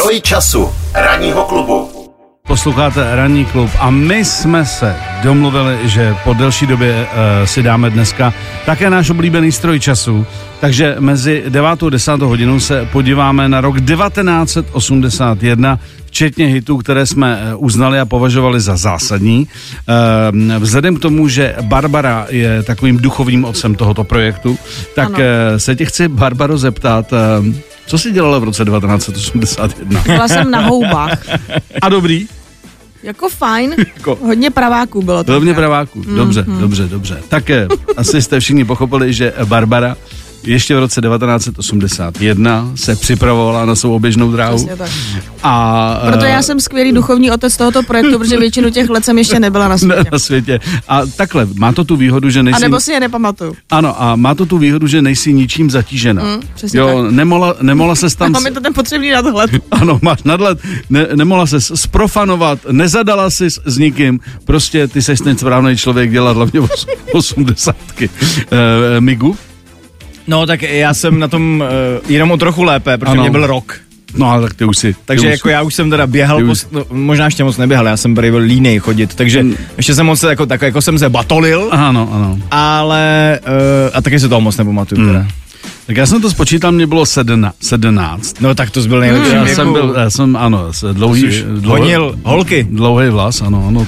Stroj času ranního klubu. Posloucháte Ranní klub a my jsme se domluvili, že po delší době si dáme dneska také náš oblíbený stroj času, takže mezi 9. a 10. hodinou se podíváme na rok 1981, včetně hitů, které jsme uznali a považovali za zásadní. Vzhledem k tomu, že Barbara je takovým duchovním otcem tohoto projektu, tak se tě chci, Barbaro, zeptat, co jsi dělala v roce 1981? Byla jsem na houbách. A dobrý? Jako fajn, hodně praváků bylo to. Hodně praváků, dobře. Tak asi jste všichni pochopili, že Barbara ještě v roce 1981 se připravovala na svou oběžnou dráhu. Přesně tak. Proto já jsem skvělý duchovní otec tohoto projektu, protože většinu těch let jsem ještě nebyla na světě. A takhle, má to tu výhodu, že nejsi... A nebo si je nepamatuju. Ano, a má to tu výhodu, že nejsi ničím zatížena. Přesně tak. Nemohla ses tam... Máme to ten potřebný nadhled. Ano, máš nadhled, nemohla ses sprofanovat, nezadala si s nikým, prostě ty seš ten správný člověk, dělat hlavně 80. Migu? No, tak já jsem na tom jenom o trochu lépe, protože mě byl rok. No, ale tak ty už si... Takže jako já už jsem teda běhal, možná ještě moc neběhal, já jsem byl línej chodit, takže ještě jsem moc jako jsem se batolil. Ano. Ale, a taky se toho moc nepamatuju teda. Tak já jsem to spočítal, mě bylo 17. No tak to byl nejlepší. Já jsem, dlouhý... Honil holky. Dlouhý vlas, ano.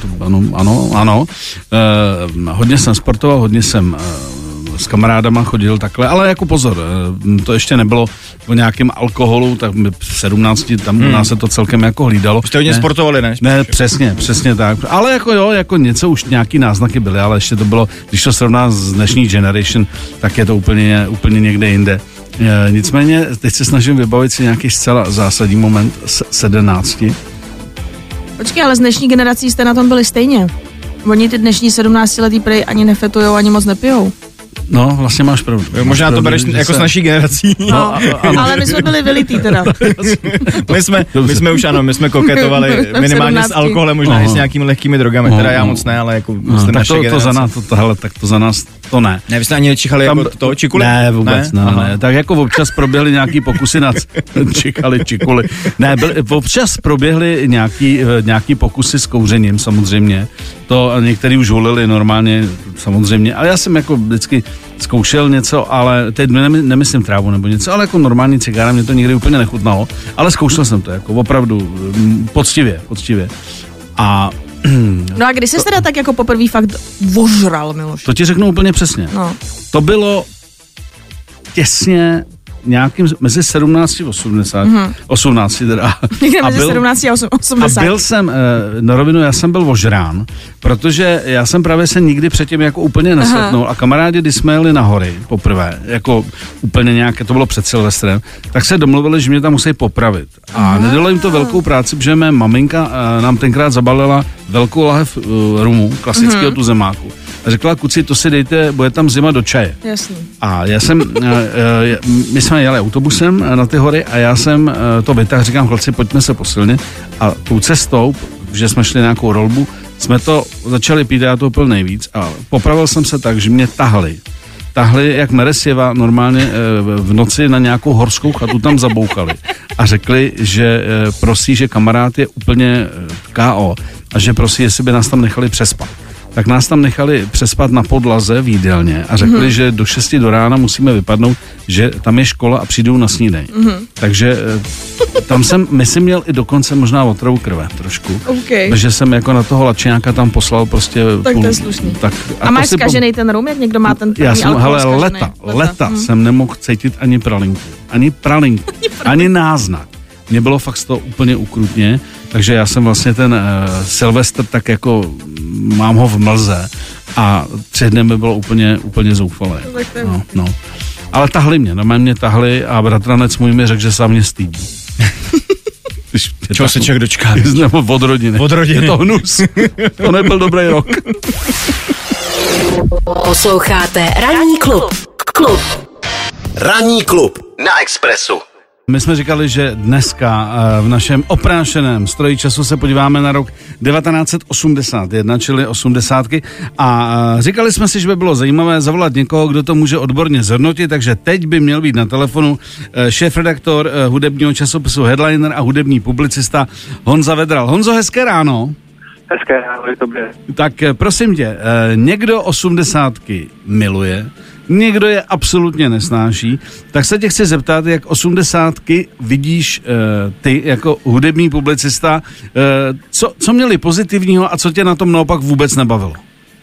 Hodně jsem sportoval, hodně jsem... s kamarádama chodil takhle, ale jako pozor, to ještě nebylo o nějakém alkoholu, tak v 17 tam u nás se to celkem jako hlídalo. Jste hodně sportovali, ne? Ne, přesně tak. Ale jako něco už nějaký náznaky byly, ale ještě to bylo, když to srovná s dnešní generation, tak je to úplně někde jinde. Nicméně, teď se snažím vybavit si nějaký zcela zásadní moment s 17. Počkej, ale s dnešní generací jste na tom byli stejně. Oni ty dnešní 17letý prej ani nefetujou, ani moc nepijou. No, vlastně máš pravdu. Možná to bereš jako s naší generací. No, ale my jsme byli vylitý teda. my jsme už my jsme koketovali minimálně s alkoholem, možná i s nějakými lehkými drogami, teda já moc ne, ale jako jste naše generace. Tak to za nás to ne. Ne, vy jste ani nečichali jako to čikuli? Ne, vůbec ne. Tak jako občas proběhly nějaký pokusy na čikuli. Ne, občas proběhly nějaký pokusy s kouřením samozřejmě. To některý už hulili normálně samozřejmě, ale já jsem jako vždycky zkoušel něco, ale teď nemyslím trávu nebo něco, ale jako normální cigára, mě to nikdy úplně nechutnalo, ale zkoušel jsem to jako opravdu poctivě. A no a kdy jsi teda tak jako poprvé fakt vožral, Miloš? To ti řeknu úplně přesně. No. To bylo těsně nějakým mezi 17 a 80. 18 teda. Mezi 17 a 80. A byl jsem, na rovinu, já jsem byl ožrán, protože já jsem právě se nikdy předtím jako úplně nesletnul a kamarádi, když jsme jeli na hory poprvé, jako úplně nějaké, to bylo před Silvestrem, tak se domluvili, že mě tam musí popravit. A nedalo jim to velkou práci, protože mé maminka nám tenkrát zabalila velkou lahev rumu, klasického tuzemáku. A řekla, kuci, to si dejte, bude tam zima do čaje. Jasný. A já jsem, my jsme jeli autobusem na ty hory a já jsem to vytáhl, říkám, chlapci, pojďme se posilnit. A tou cestou, že jsme šli nějakou rolbu, jsme to začali pít a já to pil nejvíc. A popravil jsem se tak, že mě tahli jak Meresjeva normálně v noci na nějakou horskou chatu tam zabouchali. A řekli, že prosí, že kamarád je úplně KO a že prosí, jestli by nás tam nechali přespat. Tak nás tam nechali přespat na podlaze v jídelně a řekli, že do 6 do rána musíme vypadnout, že tam je škola a přijdou na snídej. Takže tam jsem, myslím, měl i dokonce možná otravu krve trošku. Okay. Takže jsem jako na toho lačňáka tam poslal prostě... Tak to je slušný. A máš zkažený ten rum, jak někdo má ten alkohol zkažený? Leta jsem nemohl cítit ani pralinku, ani náznak. Mě bylo fakt z toho úplně ukrutně, takže já jsem vlastně ten Silvestr tak jako mám ho v mlze a 3 dny mi bylo úplně zoufalé. No. Ale tahli mě tahli a bratranec můj mi řekl, že se mě stydí. Čeho se člověk dočká? Nebo od rodiny. Je to hnus. To nebyl dobrý rok. Posloucháte Ranní klub. Ranní klub na Expressu. My jsme říkali, že dneska v našem oprášeném stroji času se podíváme na rok 1981, čili 80. A říkali jsme si, že by bylo zajímavé zavolat někoho, kdo to může odborně zhodnotit, takže teď by měl být na telefonu šéfredaktor hudebního časopisu Headliner a hudební publicista Honza Vedral. Honzo, hezké ráno. Hezké ráno, je to dobré. Tak prosím tě, někdo 80 miluje, někdo je absolutně nesnáší, tak se tě chci zeptat, jak 80 vidíš ty jako hudební publicista, co měli pozitivního a co tě na tom naopak vůbec nebavilo?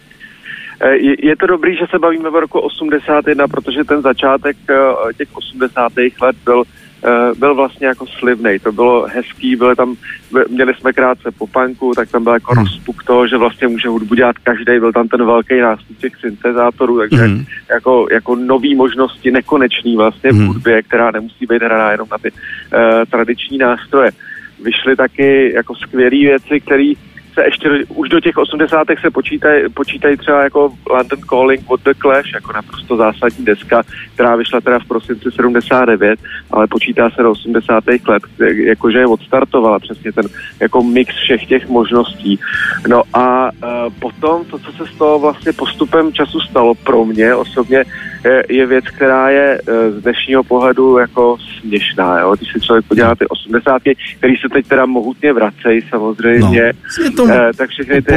Je to dobrý, že se bavíme o roku 81, protože ten začátek těch 80. let byl vlastně jako slibnej, to bylo hezký, měli jsme krátce po punku, tak tam byl jako rozpuk toho, že vlastně může hudbu dělat každej, byl tam ten velký nástup těch syntezátorů, takže jako nový možnosti, nekonečný vlastně v hudbě, která nemusí být hraná jenom na ty tradiční nástroje. Vyšly taky jako skvělý věci, které se ještě už do těch 80. se počítají třeba jako London Calling od The Clash, jako naprosto zásadní deska, která vyšla teda v prosinci 79, ale počítá se do 80. let, jakože je odstartovala přesně ten jako mix všech těch možností. No a potom to, co se z toho vlastně postupem času stalo pro mě osobně, je věc, která je z dnešního pohledu jako směšná, jo? Když se člověk podívá na ty 80, který se teď teda mohutně vracejí samozřejmě, tak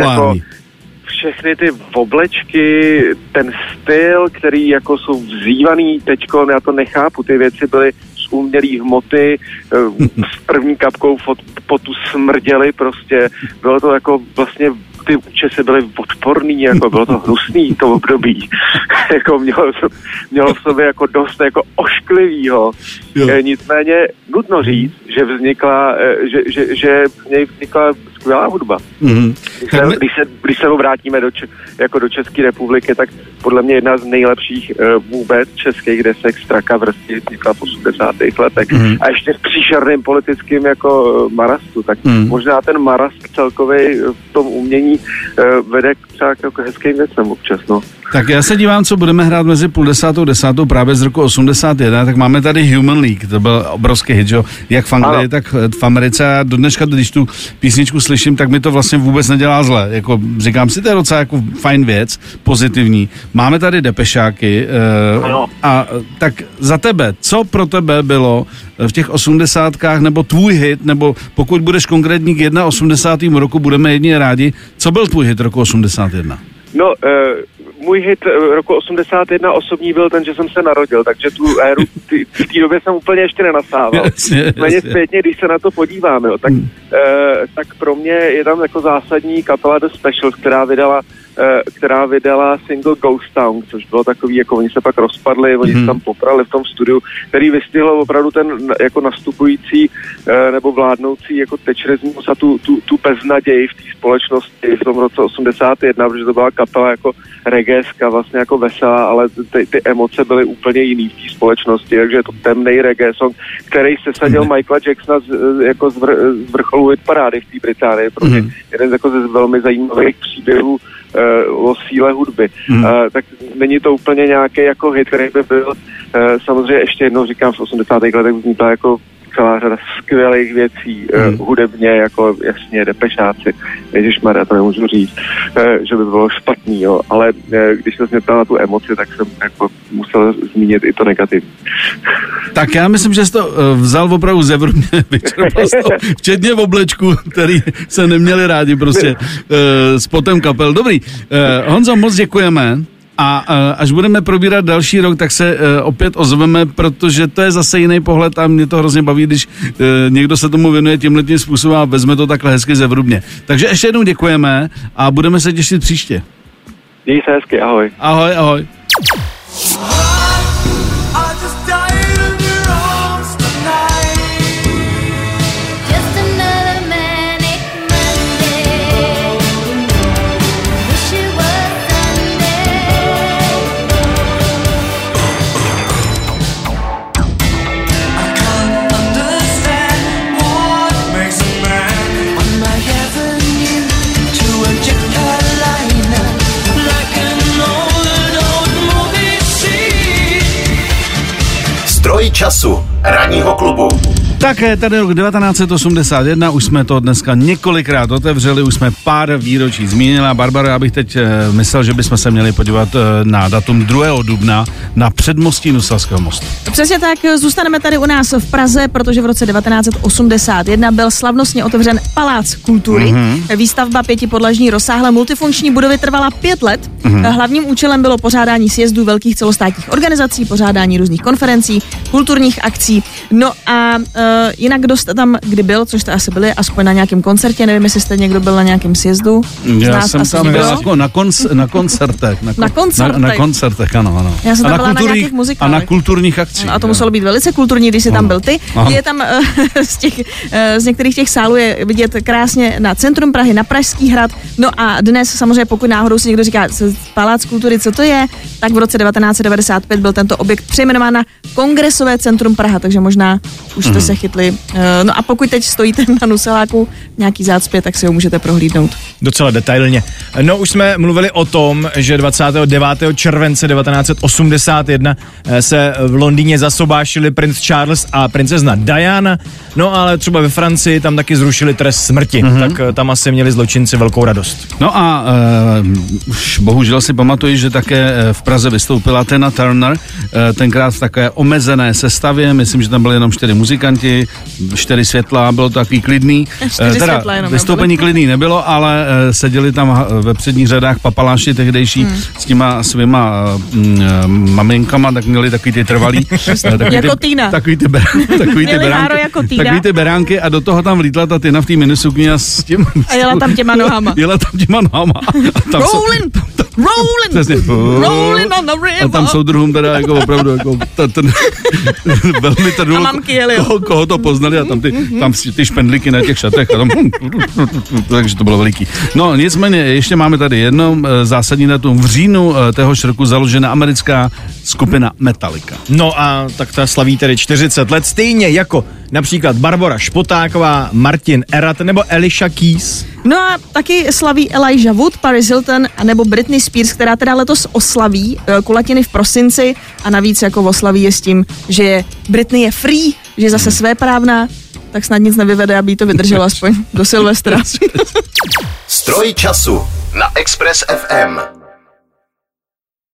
všechny ty oblečky, ten styl, který jako jsou vzývaný teďko, já to nechápu, ty věci byly z umělý hmoty, s první kapkou potu smrděly prostě, bylo to jako vlastně ty účesy byly odporný, jako bylo to hnusný to období. Jako mělo v sobě jako dost jako ošklivýho. Nicméně nutno říct, že vznikla skvělá hudba. Když se vrátíme do České republiky, tak podle mě jedna z nejlepších vůbec českých desek Straka vrstí vznikla v 80. letech. A ještě v příšerném politickém jako marastu, tak možná ten marast celkový v tom umění vede třeba jako hezkým věcem občas, no. Tak já se dívám, co budeme hrát mezi 10:30 právě z roku 81, tak máme tady Human League, to byl obrovský hit, jo, jak v Anglii, tak v Americe a do dneška, když tu písničku slyším, tak mi to vlastně vůbec nedělá zle, jako říkám si, to je docela jako fajn věc, pozitivní. Máme tady depešáky a tak za tebe, co pro tebe bylo v těch 80kách, nebo tvůj hit, nebo pokud budeš konkrétní k 81. roku, budeme jedině rádi, co byl tvůj hit roku 81? No, můj hit roku 81 osobní byl ten, že jsem se narodil, takže tu éru v té době jsem úplně ještě nenasával. Méně zpětně, když se na to podíváme, tak pro mě je tam jako zásadní kapela The Specials, která vydala single Ghost Town, což bylo takový, jako oni se pak rozpadli, oni se tam poprali v tom studiu, který vystihlo opravdu ten jako nastupující nebo vládnoucí jako tečerismus a tu beznaděj v té společnosti v tom roce 81, protože to byla kapela jako reggaeska, vlastně jako veselá, ale ty emoce byly úplně jiný v té společnosti, takže je to temnej reggae song, který se sadil Michaela Jacksona jako z vrcholu hitparády v té Británii, protože jeden jako ze velmi zajímavých příběhů o síle hudby. Tak není to úplně nějaký jako hit, který by byl, samozřejmě ještě jednou říkám, v 80. letech vznikla jako celá řada skvělých věcí hudebně, jako jasně Depešáci, ježišmarja, to nemůžu říct, že by bylo špatný, jo, ale když jsem se ptal na tu emoci, tak jsem jako musel zmínit i to negativní. Tak já myslím, že jsi to vzal opravdu zevrubně, včetně v oblečku, který se neměli rádi prostě s potem kapel. Dobrý, Honzo, moc děkujeme. A až budeme probírat další rok, tak se opět ozveme, protože to je zase jiný pohled a mě to hrozně baví, když někdo se tomu věnuje tímhletím způsobem a vezme to takhle hezky zevrubně. Takže ještě jednou děkujeme a budeme se těšit příště. Měj se hezky, ahoj. Ahoj, ahoj. Času ranního klubu. Také tady rok 1981, už jsme to dneska několikrát otevřeli, už jsme pár výročí zmínili. Barbara, já bych teď myslel, že bychom se měli podívat na datum 2. dubna na předmostí Nuslavského mostu. Přesně tak, zůstaneme tady u nás v Praze, protože v roce 1981 byl slavnostně otevřen Palác kultury. Výstavba 5podlažní rozsáhlé multifunkční budovy trvala 5 let. Hlavním účelem bylo pořádání sjezdů velkých celostátních organizací, pořádání různých konferencí, kulturních akcí. No a jinak kdo jste tam kdy byl, což jste asi byli, aspoň na nějakém koncertě, nevím, jestli jste někdo byl na nějakém sjezdu. Já jsem tam byl na koncertech. Na koncertech, ano. Já jsem tam byla na nějakých muzikálech. A na kulturních akcích. A to muselo být velice kulturní, když jsi tam byl ty. Je tam z některých těch sálů je vidět krásně na centrum Prahy, na Pražský hrad. No a dnes samozřejmě, pokud náhodou si někdo říká, Palác kultury, co to je, tak v roce 1995 byl tento objekt přejmenován na Kongresové centrum Praha, takže možná už jste se chytli. No a pokud teď stojíte na Nuseláku nějaký zácpě, tak si ho můžete prohlídnout. Docela detailně. No už jsme mluvili o tom, že 29. července 1981 se v Londýně zasobášili princ Charles a princezna Diana, no ale třeba ve Francii tam taky zrušili trest smrti, tak tam asi měli zločinci velkou radost. No a už bohužel si pamatuju, že také v Praze vystoupila Tina Turner, tenkrát v takové omezené sestavě, myslím, že tam byly jenom 4 muzikanti, 4 světla, bylo to takový klidný. Vystoupení klidný nebylo, ale seděli tam ve předních řadách papaláši tehdejší s těma svýma maminkama, tak měli takový ty trvalý. Jako Týna. Takový ty beránky a do toho tam vlítla ta Tina v té minisukni a s tím... A jela tam těma nohama. Rolling on the river. A tam soudruhům teda jako opravdu jako velmi trnulo, koho to poznali a tam ty špendlíky na těch šatech a tam, takže to bylo veliký. No nicméně ještě máme tady jedno zásadní datum. V říjnu téhož roku založena americká skupina Metallica. No a tak ta slaví tedy 40 let, stejně jako například Barbora Špotáková, Martin Erat nebo Alicia Keys. No a taky slaví Elijah Wood, Paris Hilton a nebo Britney Spears, která teda letos oslaví kulatiny v prosinci a navíc jako oslaví je s tím, že Britney je free, že je zase svéprávná, tak snad nic nevyvede, aby to vydrželo aspoň do Silvestra. Stroj času na Express FM.